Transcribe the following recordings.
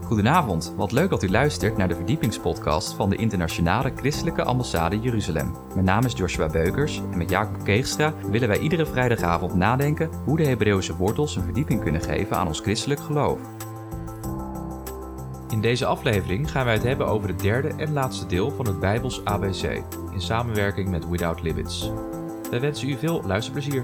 Goedenavond, wat leuk dat u luistert naar de verdiepingspodcast van de Internationale Christelijke Ambassade Jeruzalem. Mijn naam is Joshua Beukers en met Jacob Keegstra willen wij iedere vrijdagavond nadenken hoe de Hebreeuwse wortels een verdieping kunnen geven aan ons christelijk geloof. In deze aflevering gaan wij het hebben over het derde en laatste deel van het Bijbels ABC, in samenwerking met Without Limits. Wij wensen u veel luisterplezier.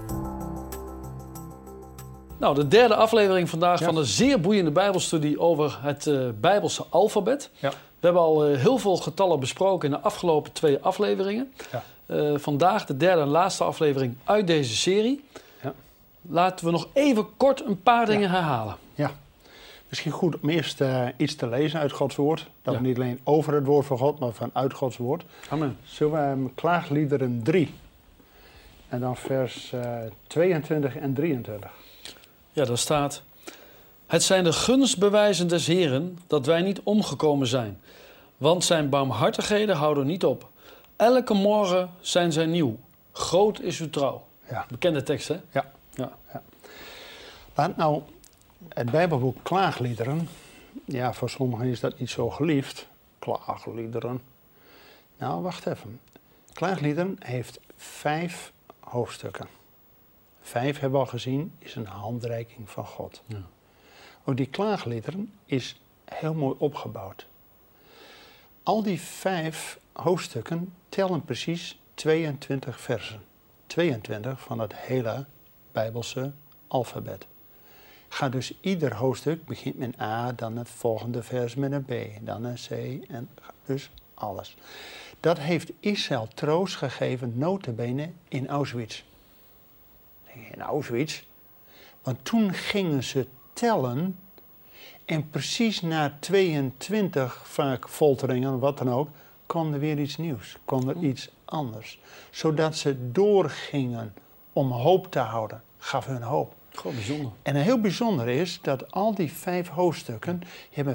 Nou, de derde aflevering vandaag van een zeer boeiende Bijbelstudie over het Bijbelse alfabet. Ja. We hebben al heel veel getallen besproken in de afgelopen 2 afleveringen. Ja. Vandaag de derde en laatste aflevering uit deze serie. Ja. Laten we nog even kort een paar dingen herhalen. Ja, misschien goed om eerst iets te lezen uit Gods woord. Dat we niet alleen over het woord van God, maar vanuit Gods woord. Amen. Zullen we Klaagliederen 3 en dan vers 22 en 23. Ja, daar staat: Het zijn de gunstbewijzen des Heren dat wij niet omgekomen zijn, want zijn barmhartigheden houden niet op. Elke morgen zijn zij nieuw. Groot is uw trouw. Ja. Bekende tekst, hè? Ja. Laat nou het Bijbelboek Klaagliederen, ja, voor sommigen is dat niet zo geliefd. Klaagliederen. Nou, wacht even. Klaagliederen heeft 5 hoofdstukken. 5 hebben we al gezien, is een handreiking van God. Ja. Ook die klaagliederen is heel mooi opgebouwd. Al die 5 hoofdstukken tellen precies 22 versen. 22 van het hele Bijbelse alfabet. Gaat dus ieder hoofdstuk, begint met een A, dan het volgende vers met een B, dan een C en dus alles. Dat heeft Israël troost gegeven, nota bene, in Auschwitz. In Auschwitz. Want toen gingen ze tellen en precies na 22 vaak folteringen, wat dan ook, kwam er weer iets nieuws, kwam er iets anders. Zodat ze doorgingen om hoop te houden, gaf hun hoop. Gewoon bijzonder. En een heel bijzonder is dat al die 5 hoofdstukken hebben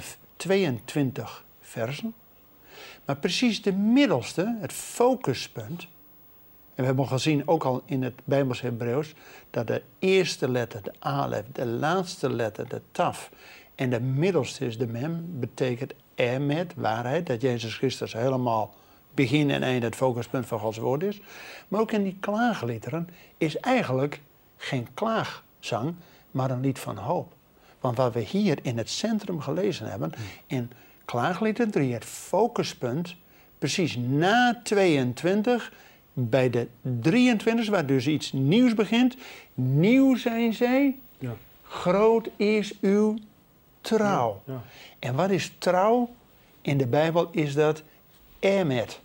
22 versen, maar precies de middelste, het focuspunt. En we hebben al gezien, ook al in het Bijbels Hebreeuws, dat de eerste letter, de alef, de laatste letter, de taf, en de middelste is de mem, betekent emet, waarheid, dat Jezus Christus helemaal begin en eind het focuspunt van Gods woord is. Maar ook in die klaagliederen is eigenlijk geen klaagzang, maar een lied van hoop. Want wat we hier in het centrum gelezen hebben, in Klaagliederen 3, het focuspunt, precies na 22... bij de 23, waar dus iets nieuws begint. Nieuw zijn zij, groot is uw trouw. Ja. En wat is trouw? In de Bijbel is dat emet.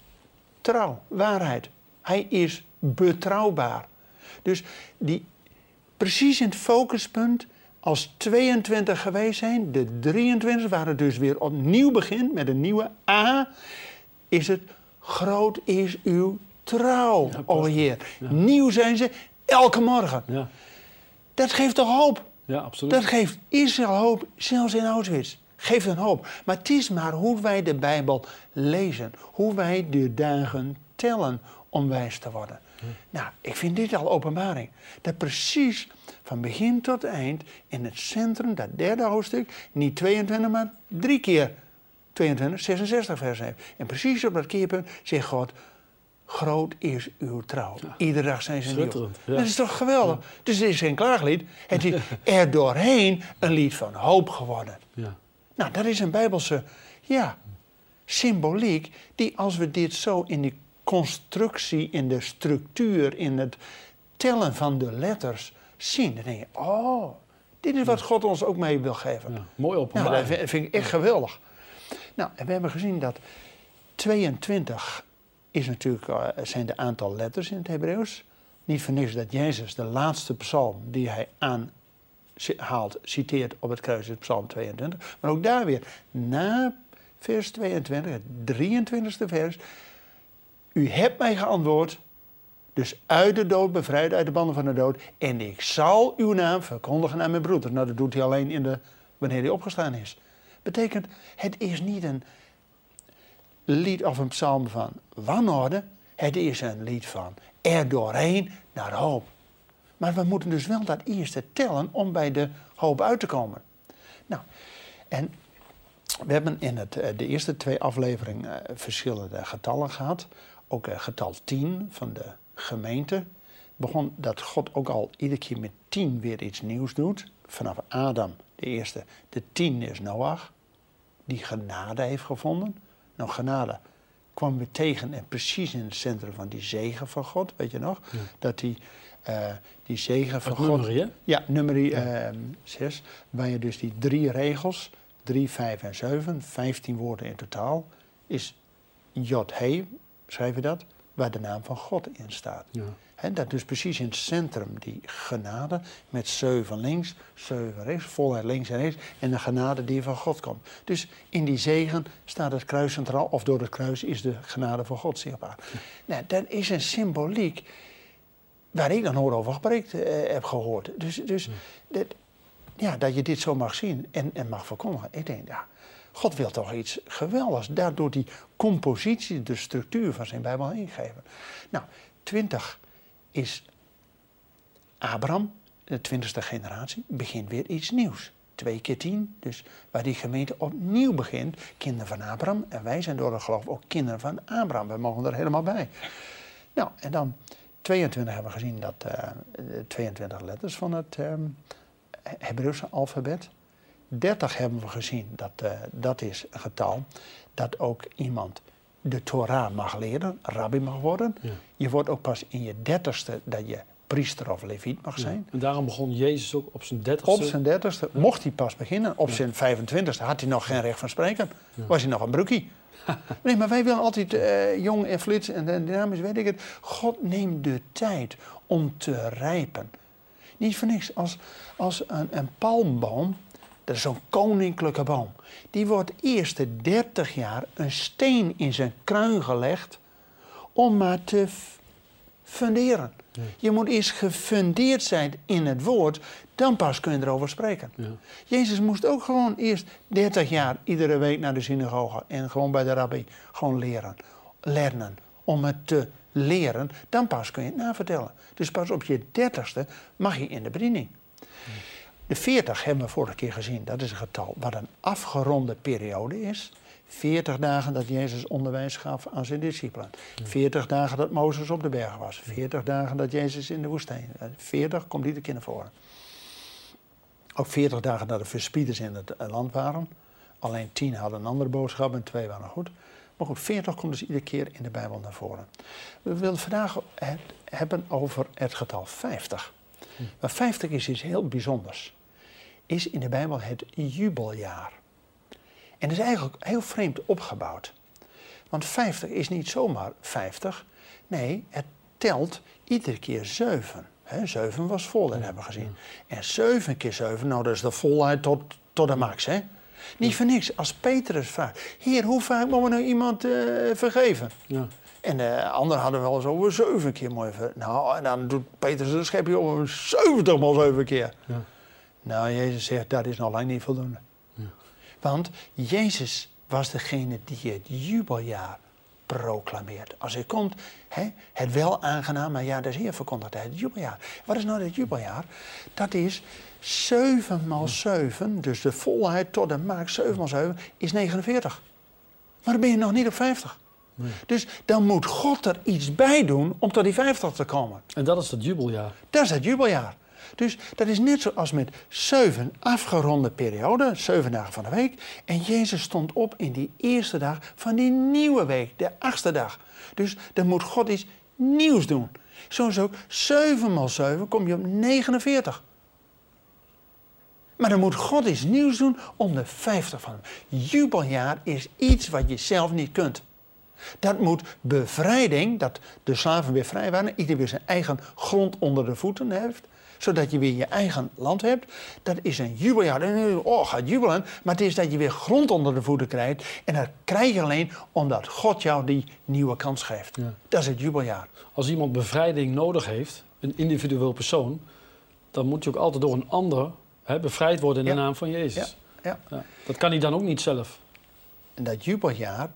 Trouw, waarheid. Hij is betrouwbaar. Dus die precies in het focuspunt, als 22 geweest zijn, de 23, waar het dus weer opnieuw begint met een nieuwe A, is het groot is uw trouw, o Heer. Ja. Nieuw zijn ze elke morgen. Ja. Dat geeft toch hoop? Ja, absoluut. Dat geeft Israël hoop, zelfs in Auschwitz. Geeft een hoop. Maar het is maar hoe wij de Bijbel lezen. Hoe wij de dagen tellen om wijs te worden. Nou, ik vind dit al openbaring. Dat precies van begin tot eind in het centrum, dat derde hoofdstuk, niet 22, maar 3 keer 22, 66 versen heeft. En precies op dat keerpunt zegt God: groot is uw trouw. Ja. Iedere dag zijn ze nieuw. Ja. Dat is toch geweldig? Ja. Dus het is geen klaaglied. Het is er doorheen een lied van hoop geworden. Ja. Nou, dat is een Bijbelse symboliek die, als we dit zo in de constructie, in de structuur, in het tellen van de letters zien, dan denk je, oh, dit is wat God ons ook mee wil geven. Ja. Mooi openbaar. Nou, dat vind ik echt geweldig. Nou, en we hebben gezien dat 22 is natuurlijk, zijn de aantal letters in het Hebreeuws. Niet voor niks dat Jezus de laatste psalm die hij aanhaalt, citeert op het kruis, is psalm 22. Maar ook daar weer, na vers 22, het 23e vers. U hebt mij geantwoord, dus uit de dood bevrijd, uit de banden van de dood. En ik zal uw naam verkondigen aan mijn broeder. Nou, dat doet hij alleen wanneer hij opgestaan is. Betekent, het is niet een lied of een psalm van wanorde. Het is een lied van er doorheen naar hoop. Maar we moeten dus wel dat eerste tellen om bij de hoop uit te komen. Nou, En we hebben in de eerste 2 afleveringen verschillende getallen gehad. Ook getal 10 van de gemeente. Begon dat God ook al iedere keer met 10 weer iets nieuws doet. Vanaf Adam, de eerste. De 10 is Noach, die genade heeft gevonden. Nou, genade kwam weer tegen en precies in het centrum van die zegen van God, weet je nog? Ja. Dat die zegen van God... Nummerie, hè? Ja, nummerie 6. Waar je dus die 3 regels, 3, 5 en 7, 15 woorden in totaal, is Jod-He, schrijf je dat, waar de naam van God in staat. Ja. He, dat dus precies in het centrum, die genade, met 7 links, 7 rechts, volheid links en rechts, en de genade die van God komt. Dus in die zegen staat het kruis centraal, of door het kruis is de genade van God zichtbaar. Ja. Nou, dat is een symboliek waar ik nog nooit over gepreekt heb gehoord. Dus dat je dit zo mag zien en mag verkondigen. Ik denk, ja, God wil toch iets geweldigs. Daardoor die compositie, de structuur van zijn Bijbel ingeven. Nou, 20 is Abraham, de 20ste generatie, begint weer iets nieuws. 2 keer 10, dus waar die gemeente opnieuw begint. Kinderen van Abraham, en wij zijn door het geloof ook kinderen van Abraham. We mogen er helemaal bij. Nou, en dan 22 hebben we gezien dat 22 letters van het Hebreeuwse alfabet. 30 hebben we gezien, dat is een getal dat ook iemand de Torah mag leren, rabbi mag worden. Ja. Je wordt ook pas in je 30ste dat je priester of leviet mag zijn. Ja. En daarom begon Jezus ook op zijn 30ste? Op zijn 30ste mocht hij pas beginnen. Op zijn 25ste had hij nog geen recht van spreken. Ja. Was hij nog een broekie. Nee, maar wij willen altijd jong en flits en dynamisch, weet ik het. God neemt de tijd om te rijpen. Niet voor niks. Als een palmboom, dat is zo'n koninklijke boom, die wordt eerst de 30 jaar een steen in zijn kruin gelegd om maar te funderen. Ja. Je moet eerst gefundeerd zijn in het woord, dan pas kun je erover spreken. Ja. Jezus moest ook gewoon eerst 30 jaar iedere week naar de synagoge en gewoon bij de rabbi gewoon lernen. Om het te leren, dan pas kun je het navertellen. Dus pas op je 30ste mag je in de bediening. Ja. De 40 hebben we vorige keer gezien, dat is een getal wat een afgeronde periode is. 40 dagen dat Jezus onderwijs gaf aan zijn discipelen. 40 dagen dat Mozes op de berg was. 40 dagen dat Jezus in de woestijn. 40 komt iedere keer naar voren. Ook 40 dagen dat de verspieders in het land waren. Alleen 10 hadden een andere boodschap en 2 waren goed. Maar goed, 40 komt dus iedere keer in de Bijbel naar voren. We willen vandaag het hebben over het getal 50. Maar 50 is iets heel bijzonders. Is in de Bijbel het jubeljaar. En dat is eigenlijk heel vreemd opgebouwd. Want 50 is niet zomaar 50. Nee, het telt iedere keer 7. 7 was vol, dat hebben we gezien. En 7 keer 7, nou dat is de volheid tot de max. Hè? Niet voor niks. Als Petrus vraagt, Heer, hoe vaak moeten we nou iemand vergeven? Ja. En de anderen hadden wel eens over 7 keer mooi vergeven. Nou, en dan doet Petrus een schepje over 70 maal 7 keer. Ja. Nou, Jezus zegt, dat is nog lang niet voldoende. Ja. Want Jezus was degene die het jubeljaar proclameert. Als hij komt, het wel aangenaam, maar ja, dat is hier verkondigd, het jubeljaar. Wat is nou het jubeljaar? Dat is 7 maal 7, dus de volheid tot de maak, 7 maal 7, is 49. Maar dan ben je nog niet op 50. Nee. Dus dan moet God er iets bij doen om tot die 50 te komen. En dat is het jubeljaar? Dat is het jubeljaar. Dus dat is net zoals met 7 afgeronde perioden, 7 dagen van de week. En Jezus stond op in die eerste dag van die nieuwe week, de 8e dag. Dus dan moet God iets nieuws doen. Zo is ook 7 maal 7 kom je op 49. Maar dan moet God iets nieuws doen om de 50 van hem. Jubeljaar is iets wat je zelf niet kunt. Dat moet bevrijding, dat de slaven weer vrij waren, ieder weer zijn eigen grond onder de voeten heeft, zodat je weer je eigen land hebt. Dat is een jubeljaar. Oh, gaat jubelen. Maar het is dat je weer grond onder de voeten krijgt. En dat krijg je alleen omdat God jou die nieuwe kans geeft. Ja. Dat is het jubeljaar. Als iemand bevrijding nodig heeft, een individueel persoon, dan moet je ook altijd door een ander bevrijd worden in de naam van Jezus. Ja. Ja. Dat kan hij dan ook niet zelf. En dat jubeljaar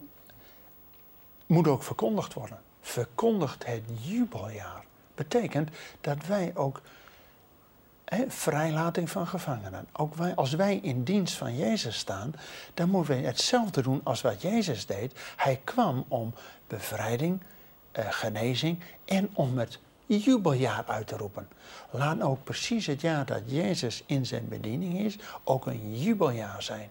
moet ook verkondigd worden. Verkondigt het jubeljaar. Betekent dat wij ook Vrijlating van gevangenen. Ook als wij in dienst van Jezus staan, dan moeten we hetzelfde doen als wat Jezus deed. Hij kwam om bevrijding, genezing en om het jubeljaar uit te roepen. Laat ook precies het jaar dat Jezus in zijn bediening is, ook een jubeljaar zijn.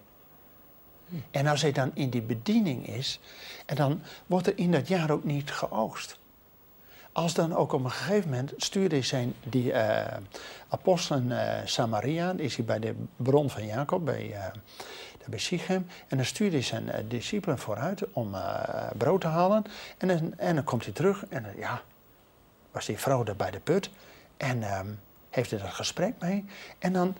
En als hij dan in die bediening is, en dan wordt er in dat jaar ook niet geoogst. Als dan ook op een gegeven moment stuurde hij die apostelen Samaria, is hij bij de bron van Jacob, bij Sichem. En dan stuurde hij zijn discipelen vooruit om brood te halen. En dan komt hij terug en was die vrouw er bij de put. En heeft hij dat gesprek mee. En dan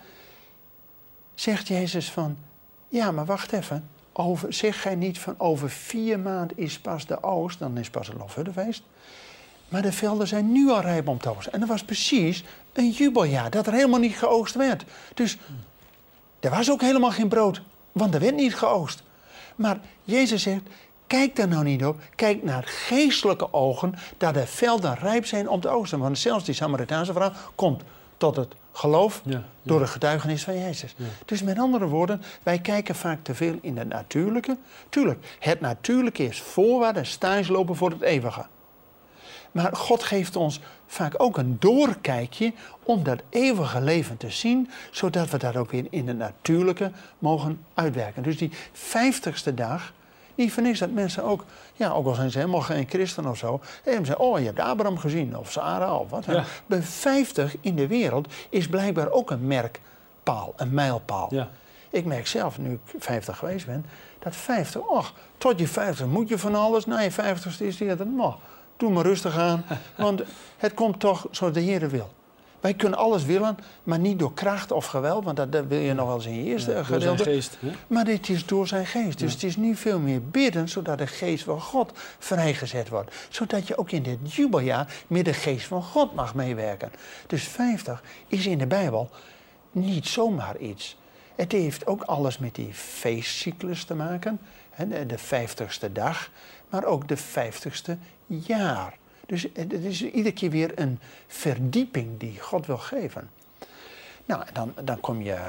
zegt Jezus van, ja, maar wacht even. Zeg gij niet van over 4 maanden is pas de oogst, dan is pas het Loofhuttenfeest. Maar de velden zijn nu al rijp om te oogsten. En dat was precies een jubeljaar, dat er helemaal niet geoogst werd. Dus er was ook helemaal geen brood, want er werd niet geoogst. Maar Jezus zegt, kijk daar nou niet op. Kijk naar geestelijke ogen, dat de velden rijp zijn om te oogsten. Want zelfs die Samaritaanse vrouw komt tot het geloof door het getuigenis van Jezus. Ja. Dus met andere woorden, wij kijken vaak te veel in het natuurlijke. Tuurlijk, het natuurlijke is voorwaarts en stage lopen voor het eeuwige. Maar God geeft ons vaak ook een doorkijkje om dat eeuwige leven te zien, zodat we dat ook weer in het natuurlijke mogen uitwerken. Dus die 50ste dag, niet voor niks dat mensen ook, ook al zijn ze helemaal geen christen of zo, en zeggen, je hebt Abraham gezien of Sarah of wat. Ja. Bij 50 in de wereld is blijkbaar ook een merkpaal, een mijlpaal. Ja. Ik merk zelf, nu ik 50 geweest ben, dat 50, tot je 50 moet je van alles, na je 50ste is die doe maar rustig aan, want het komt toch zoals de Heer wil. Wij kunnen alles willen, maar niet door kracht of geweld, want dat wil je nog wel eens in je eerste gedeelte. Door zijn geest. Hè? Maar dit is door zijn geest. Dus het is nu veel meer bidden, zodat de geest van God vrijgezet wordt. Zodat je ook in dit jubeljaar met de geest van God mag meewerken. Dus 50 is in de Bijbel niet zomaar iets. Het heeft ook alles met die feestcyclus te maken. De 50ste dag, maar ook de 50ste jaar. Dus het is iedere keer weer een verdieping die God wil geven. Nou, dan kom je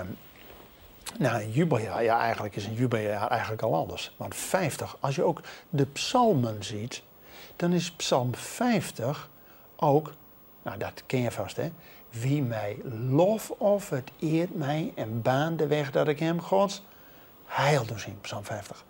naar een jubeljaar. Ja, eigenlijk is een jubeljaar eigenlijk al anders. Want 50, als je ook de psalmen ziet, dan is psalm 50 ook, dat ken je vast hè. Wie mij lofoffert, eert mij en baant de weg dat ik hem Gods heil doe zien. Psalm 50.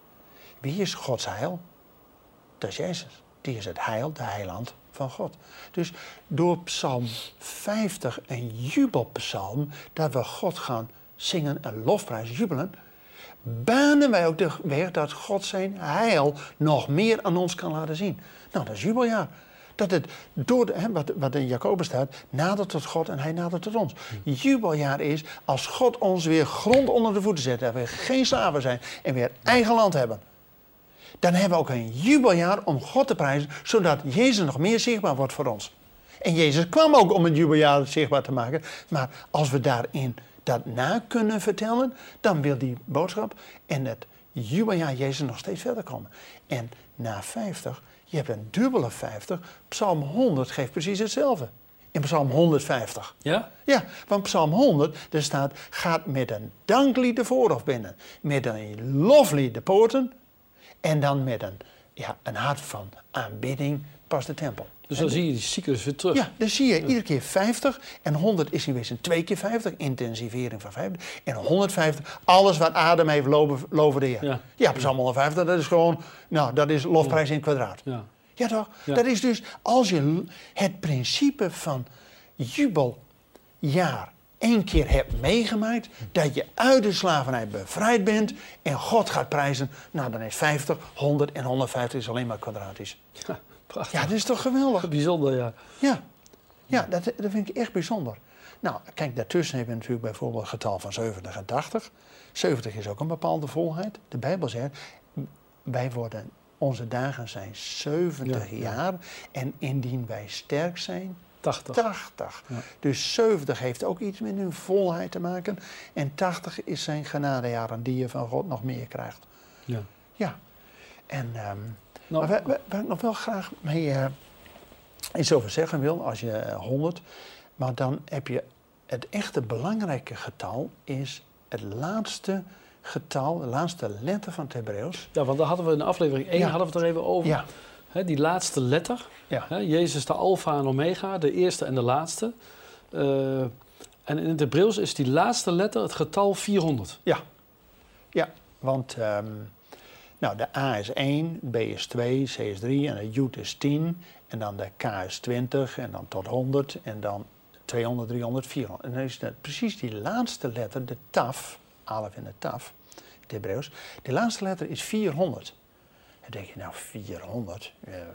Wie is Gods heil? Dat is Jezus. Die is het heil, de heiland van God. Dus door psalm 50, een jubelpsalm, dat we God gaan zingen en lofprijzen, jubelen, banen wij ook de weg dat God zijn heil nog meer aan ons kan laten zien. Nou, dat is jubeljaar. Dat het door wat in Jacobus staat, nadert tot God en hij nadert tot ons. Jubeljaar is als God ons weer grond onder de voeten zet, dat we geen slaven zijn en weer eigen land hebben. Dan hebben we ook een jubeljaar om God te prijzen, zodat Jezus nog meer zichtbaar wordt voor ons. En Jezus kwam ook om het jubeljaar zichtbaar te maken. Maar als we daarin dat na kunnen vertellen, dan wil die boodschap en het jubeljaar Jezus nog steeds verder komen. En na 50, je hebt een dubbele 50, Psalm 100 geeft precies hetzelfde. In Psalm 150. Ja? Ja, want Psalm 100, er staat, gaat met een danklied de voorhof binnen. Met een loflied de poorten. En dan met een hart van aanbidding pas de tempel. Dus dan zie je die cyclus weer terug. Ja, dan zie je iedere keer 50. En 100 is in wezen 2 keer 50. Intensivering van 50. En 150, alles wat adem heeft, loven de Heer. Ja, Psalm 150, dat is gewoon, dat is lofprijs in het kwadraat. Ja toch? Ja. Dat is dus, als je het principe van jubeljaar 1 keer hebt meegemaakt, dat je uit de slavernij bevrijd bent en God gaat prijzen, dan is 50, 100 en 150 is alleen maar kwadratisch. Ja, prachtig. Ja, dat is toch geweldig? Bijzonder, ja. Ja, dat vind ik echt bijzonder. Nou, kijk, daartussen hebben we natuurlijk bijvoorbeeld het getal van 70 en 80. 70 is ook een bepaalde volheid. De Bijbel zegt, onze dagen zijn 70 jaar en indien wij sterk zijn, 80. Ja. Dus 70 heeft ook iets met hun volheid te maken. En 80 is zijn genadejaren die je van God nog meer krijgt. Ja. En waar ik nog wel graag mee iets over zeggen wil, als je 100, maar dan heb je het echte belangrijke getal is het laatste getal, de laatste letter van het Hebreeuws. Ja, want daar hadden we in aflevering 1 hadden we het er even over. Ja. Die laatste letter. Ja. Jezus de alfa en omega, de eerste en de laatste. En in het Hebreeuws is die laatste letter het getal 400. Ja, want de A is 1, B is 2, C is 3 en de Jud is 10. En dan de K is 20 en dan tot 100 en dan 200, 300, 400. En dan is het precies die laatste letter, de taf, alef en de taf, het Hebreeuws. Die laatste letter is 400. Dan denk je, nou 400?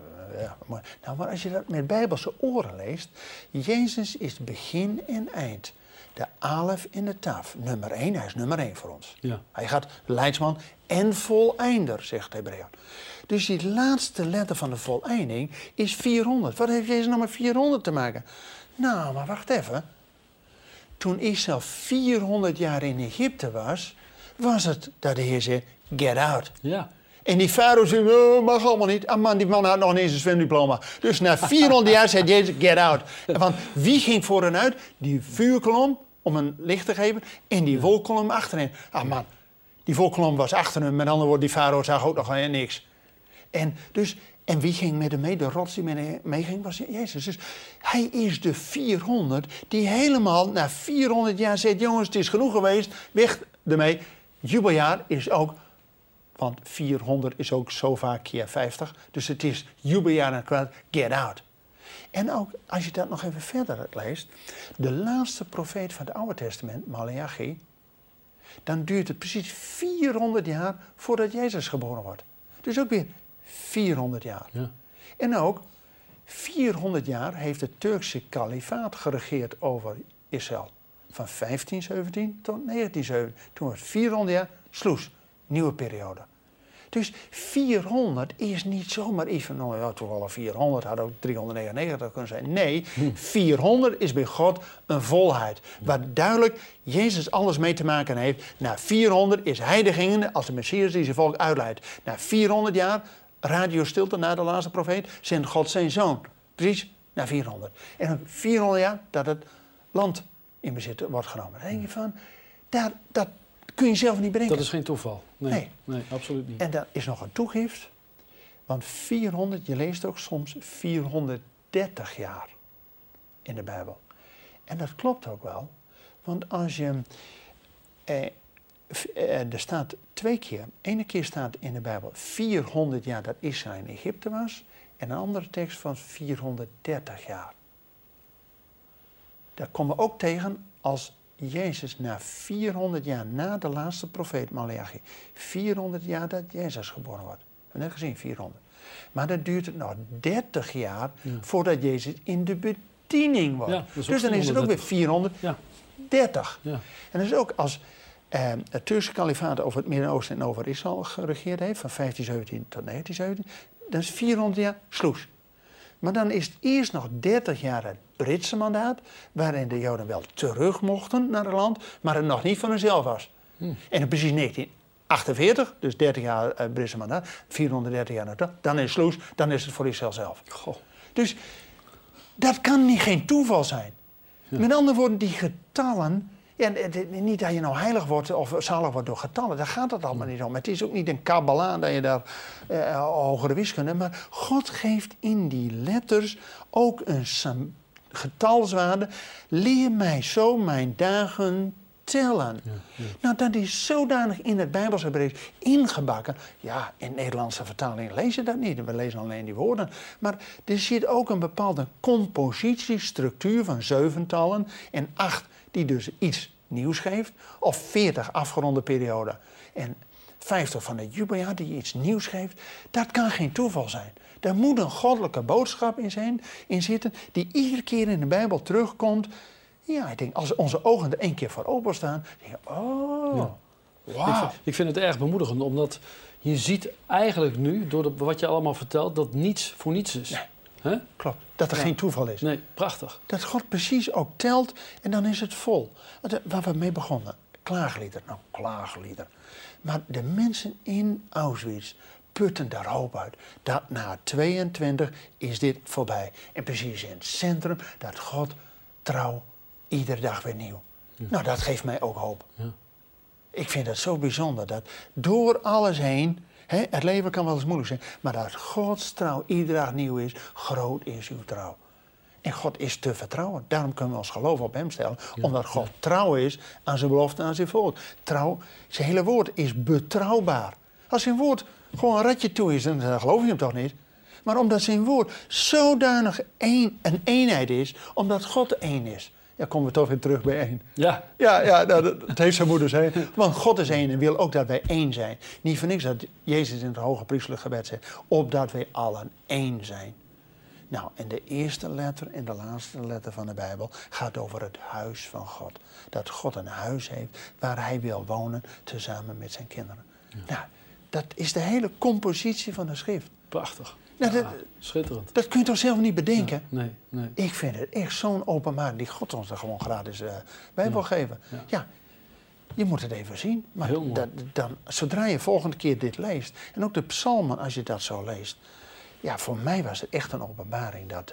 Maar als je dat met Bijbelse oren leest, Jezus is begin en eind. De alef en de taf. Nummer 1, hij is nummer 1 voor ons. Ja. Hij gaat leidsman en voleinder, zegt Hebreeën. Dus die laatste letter van de voleinding is 400. Wat heeft Jezus nou met 400 te maken? Nou, maar wacht even. Toen Israël 400 jaar in Egypte was het dat de Heer zei, get out. Ja. En die farao zei, mag allemaal niet. Ah man, die man had nog niet eens een zwemdiploma. Dus na 400 jaar zei Jezus, get out. Want wie ging voor hen uit? Die vuurkolom, om een licht te geven, en die wolkolom achterin. Ah man, die wolkolom was achter hem. Met andere woorden, die farao zag ook nog niks. En wie ging met hem mee? De rots die met hem meeging was Jezus. Dus hij is de 400 die helemaal na 400 jaar zegt, jongens, het is genoeg geweest. Weg ermee. Jubeljaar is ook... Want 400 is ook zo vaak keer 50. Dus het is jubeljaar en kwaad, get out. En ook, als je dat nog even verder leest. De laatste profeet van het Oude Testament, Maleachi. Dan duurt het precies 400 jaar voordat Jezus geboren wordt. Dus ook weer 400 jaar. Ja. En ook 400 jaar heeft het Turkse kalifaat geregeerd over Israël. Van 1517 tot 1917. Toen was het 400 jaar, sloes. Nieuwe periode. Dus 400 is niet zomaar iets van, nou ja, toevallig 400, had ook 399 kunnen zijn. Nee, 400 is bij God een volheid. Waar duidelijk Jezus alles mee te maken heeft. Na 400 is hij degene als de Messias die zijn volk uitleidt. Na 400 jaar, radiostilte na de laatste profeet, zendt God zijn zoon. Precies, na 400. En dan 400 jaar dat het land in bezit wordt genomen. Dan denk je van, dat kun je zelf niet bedenken. Dat is geen toeval. Nee, absoluut niet. En dat is nog een toegift. Want 400, je leest ook soms 430 jaar in de Bijbel. En dat klopt ook wel. Want als je... er staat 2 keer. Ene keer staat in de Bijbel 400 jaar dat Israël in Egypte was. En een andere tekst van 430 jaar. Daar komen we ook tegen als... Jezus na 400 jaar na de laatste profeet Maleachi. 400 jaar dat Jezus geboren wordt. We hebben net gezien, 400. Maar dan duurt het nog 30 jaar voordat Jezus in de bediening wordt. Ja, dus dan is het ook weer 430. Ja. En dat is ook als het Turkse kalifaat over het Midden-Oosten en over Israël geregeerd heeft, van 1517 tot 1917, dan is 400 jaar sloes. Maar dan is het eerst nog 30 jaar het Britse mandaat, waarin de Joden wel terug mochten naar het land, maar het nog niet van hunzelf was. En precies 1948, dus 30 jaar het Britse mandaat, 430 jaar naartoe, dan is het sloes, dan is het voor Israël zelf. Goh. Dus dat kan geen toeval zijn. Ja. Met andere woorden, die getallen, ja, niet dat je nou heilig wordt of zalig wordt door getallen, daar gaat het allemaal niet om. Het is ook niet een kabbala dat je daar hogere wiskunde, maar God geeft in die letters ook een getalswaarde. Leer mij zo mijn dagen tellen. Ja, ja. Nou, dat is zodanig in het Bijbelse Hebreeuws ingebakken. Ja, in Nederlandse vertaling lees je dat niet. We lezen alleen die woorden. Maar er zit ook een bepaalde compositiestructuur van 7-tallen en 8 die dus iets nieuws geeft. Of 40 afgeronde perioden en 50 van het jubeljaar die iets nieuws geeft. Dat kan geen toeval zijn. Daar moet een goddelijke boodschap in zitten die iedere keer in de Bijbel terugkomt. Ja, ik denk, als onze ogen er 1 keer voor openstaan, denk je, oh, ja. Wauw. Ik vind het erg bemoedigend, omdat je ziet eigenlijk nu, door wat je allemaal vertelt, dat niets voor niets is. Nee. Klopt, dat er geen toeval is. Nee, prachtig. Dat God precies ook telt en dan is het vol. Waar we mee begonnen, klaaglieder. Nou, klaaglieder. Maar de mensen in Auschwitz putten daar hoop uit. Dat na 22 is dit voorbij. En precies in het centrum dat God trouw iedere dag weer nieuw. Nou, dat geeft mij ook hoop. Ja. Ik vind het zo bijzonder dat door alles heen, het leven kan wel eens moeilijk zijn, maar dat Gods trouw iedere dag nieuw is, groot is uw trouw. En God is te vertrouwen. Daarom kunnen we ons geloof op hem stellen. Omdat God trouw is aan zijn belofte en aan zijn woord. Trouw, zijn hele woord is betrouwbaar. Als zijn woord gewoon een ratje toe is, dan geloof je hem toch niet. Maar omdat zijn woord zodanig een eenheid is, omdat God één is. Ja, komen we toch weer terug bij één. Ja, het heeft zijn moeder zijn. Want God is één en wil ook dat wij één zijn. Niet voor niks dat Jezus in het hoge priesterlijk gebed zegt, opdat wij allen één zijn. Nou, en de eerste letter en de laatste letter van de Bijbel gaat over het huis van God. Dat God een huis heeft waar hij wil wonen tezamen met zijn kinderen. Ja. Nou, dat is de hele compositie van de schrift. Prachtig. Nou, schitterend. Dat kun je toch zelf niet bedenken? Ja, nee. Ik vind het echt zo'n openbaring die God ons er gewoon gratis bij wil geven. Ja, je moet het even zien. Maar dan, zodra je volgende keer dit leest, en ook de psalmen als je dat zo leest. Ja, voor mij was het echt een openbaring dat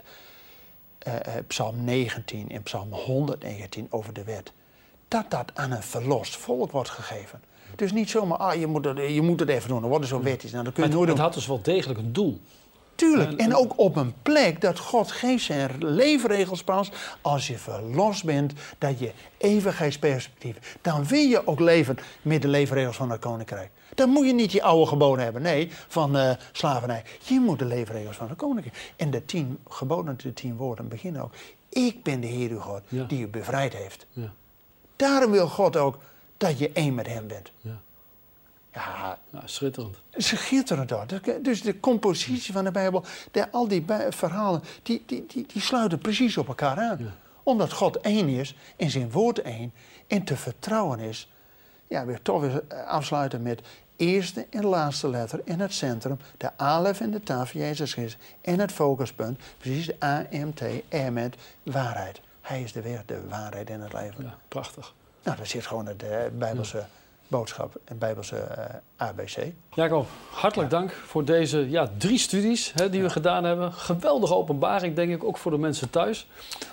psalm 19 en psalm 119 over de wet, dat aan een verlost volk wordt gegeven. Dus niet zomaar, je moet het even doen, dan wordt er zo'n wet is. Nou, dan kun je nooit doen. Het had dus wel degelijk een doel. Tuurlijk, en ook op een plek dat God geeft zijn leefregels pas als je verlost bent, dat je eeuwigheidsperspectief. Dan wil je ook leven met de leefregels van het koninkrijk. Dan moet je niet die oude geboden hebben, nee, van slavernij. Je moet de leefregels van het koninkrijk. En de 10 geboden, de 10 woorden beginnen ook. Ik ben de Heer uw God, die u bevrijd heeft. Ja. Daarom wil God ook dat je één met hem bent. Ja. Ja, schitterend. Schitterend hoor. Dus de compositie van de Bijbel, al die verhalen, die sluiten precies op elkaar aan. Ja. Omdat God één is, in zijn woord één, en te vertrouwen is. Ja, weer toch weer afsluiten met eerste en laatste letter in het centrum, de alef en de taf, Jezus Christus, en het focuspunt, precies de AMT, met waarheid. Hij is de weg, de waarheid en het leven. Ja, prachtig. Nou, daar zit gewoon de Bijbelse boodschap en Bijbelse ABC. Jacob, hartelijk dank voor deze 3 studies die we gedaan hebben. Geweldige openbaring, denk ik, ook voor de mensen thuis.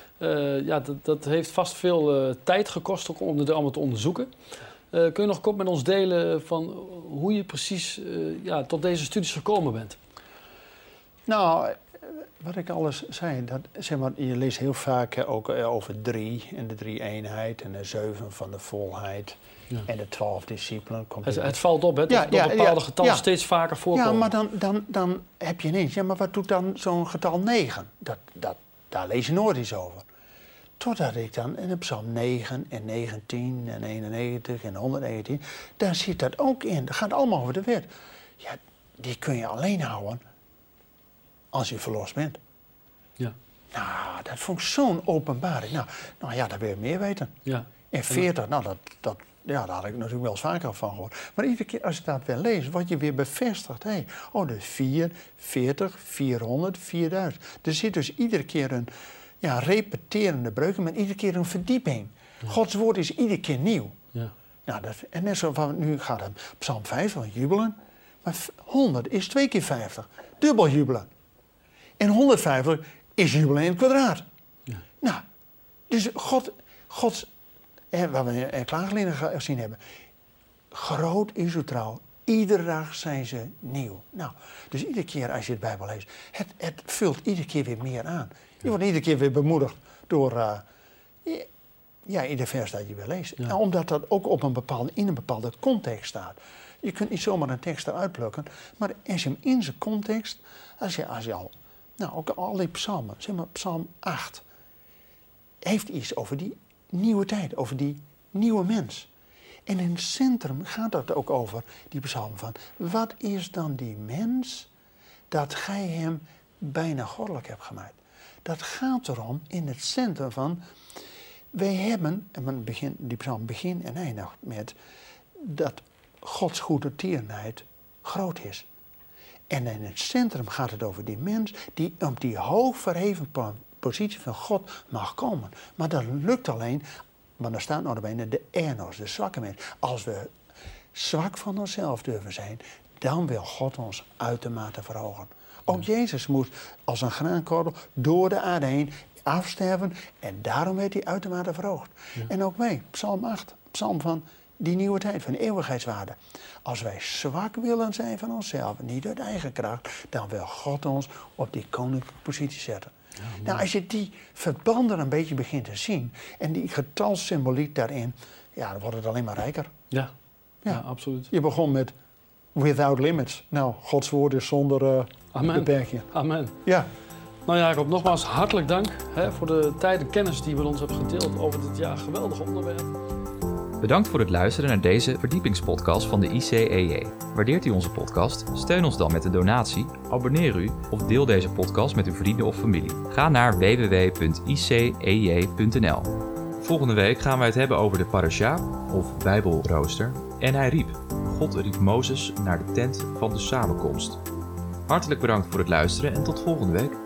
Dat heeft vast veel tijd gekost om dit allemaal te onderzoeken. Kun je nog kort met ons delen van hoe je precies tot deze studies gekomen bent? Nou, wat ik alles zei, je leest heel vaak ook over 3 en de 3-eenheid en de 7 van de volheid. Ja. En de 12 discipelen. Het valt op, hè? Dat bepaalde getallen steeds vaker voorkomen. Ja, maar dan heb je ineens, maar wat doet dan zo'n getal 9? Daar lees je nooit iets over. Totdat ik dan in psalm 9 en 19 en 91 en 119, daar zit dat ook in. Dat gaat allemaal over de wet. Ja, die kun je alleen houden als je verlost bent. Ja. Nou, dat vond ik zo'n openbaring. Nou ja, daar wil je meer weten. Ja. En 40, daar had ik natuurlijk wel eens vaker van gehoord. Maar iedere keer als je dat weer leest, word je weer bevestigd. De 4, 40, 400, 4000. Er zit dus iedere keer een repeterende breuken, maar iedere keer een verdieping. Ja. Gods woord is iedere keer nieuw. Ja. Nou, en net zo van, nu gaat het psalm 5 van jubelen. Maar 100 is 2 keer 50. Dubbel jubelen. En 150 is jubelen in het kwadraat. Ja. Nou, dus Gods wat we in Klaagliederen gezien hebben. Groot is uw trouw. Iedere dag zijn ze nieuw. Nou, dus iedere keer als je de Bijbel leest, het vult iedere keer weer meer aan. Je wordt iedere keer weer bemoedigd door ieder vers dat je weer leest. Ja. Nou, omdat dat ook in een bepaalde context staat. Je kunt niet zomaar een tekst eruit plukken, maar als je hem in zijn context, als je ook al die psalmen, zeg maar psalm 8, heeft iets over die nieuwe tijd, over die nieuwe mens. En in het centrum gaat het ook over die psalm van, wat is dan die mens dat gij hem bijna goddelijk hebt gemaakt? Dat gaat erom in het centrum van, wij hebben, en die psalm begint en eindigt met, dat Gods goede tierenheid groot is. En in het centrum gaat het over die mens die op die hoog verheven positie van God mag komen. Maar dat lukt alleen, maar daar staat nog bijna de ernos, de zwakke mens. Als we zwak van onszelf durven zijn, dan wil God ons uitermate verhogen. Ook Jezus moest als een graankorrel door de aarde heen afsterven en daarom werd hij uitermate verhoogd. Ja. En ook wij, Psalm 8, psalm van die nieuwe tijd, van eeuwigheidswaarde. Als wij zwak willen zijn van onszelf, niet uit eigen kracht, dan wil God ons op die koninklijke positie zetten. Ja, nou, als je die verbanden een beetje begint te zien en die getalsymboliek daarin, ja, dan wordt het alleen maar rijker. Ja, absoluut. Je begon met without limits. Nou, Gods woord is zonder beperking. Amen. Ja. Nou Jacob, nogmaals hartelijk dank voor de tijd en kennis die je met ons hebt gedeeld over dit geweldige onderwerp. Bedankt voor het luisteren naar deze verdiepingspodcast van de ICEJ. Waardeert u onze podcast? Steun ons dan met een donatie, abonneer u of deel deze podcast met uw vrienden of familie. Ga naar www.icej.nl. Volgende week gaan wij het hebben over de parasha, of Bijbelrooster. En hij riep. God riep Mozes naar de tent van de samenkomst. Hartelijk bedankt voor het luisteren en tot volgende week.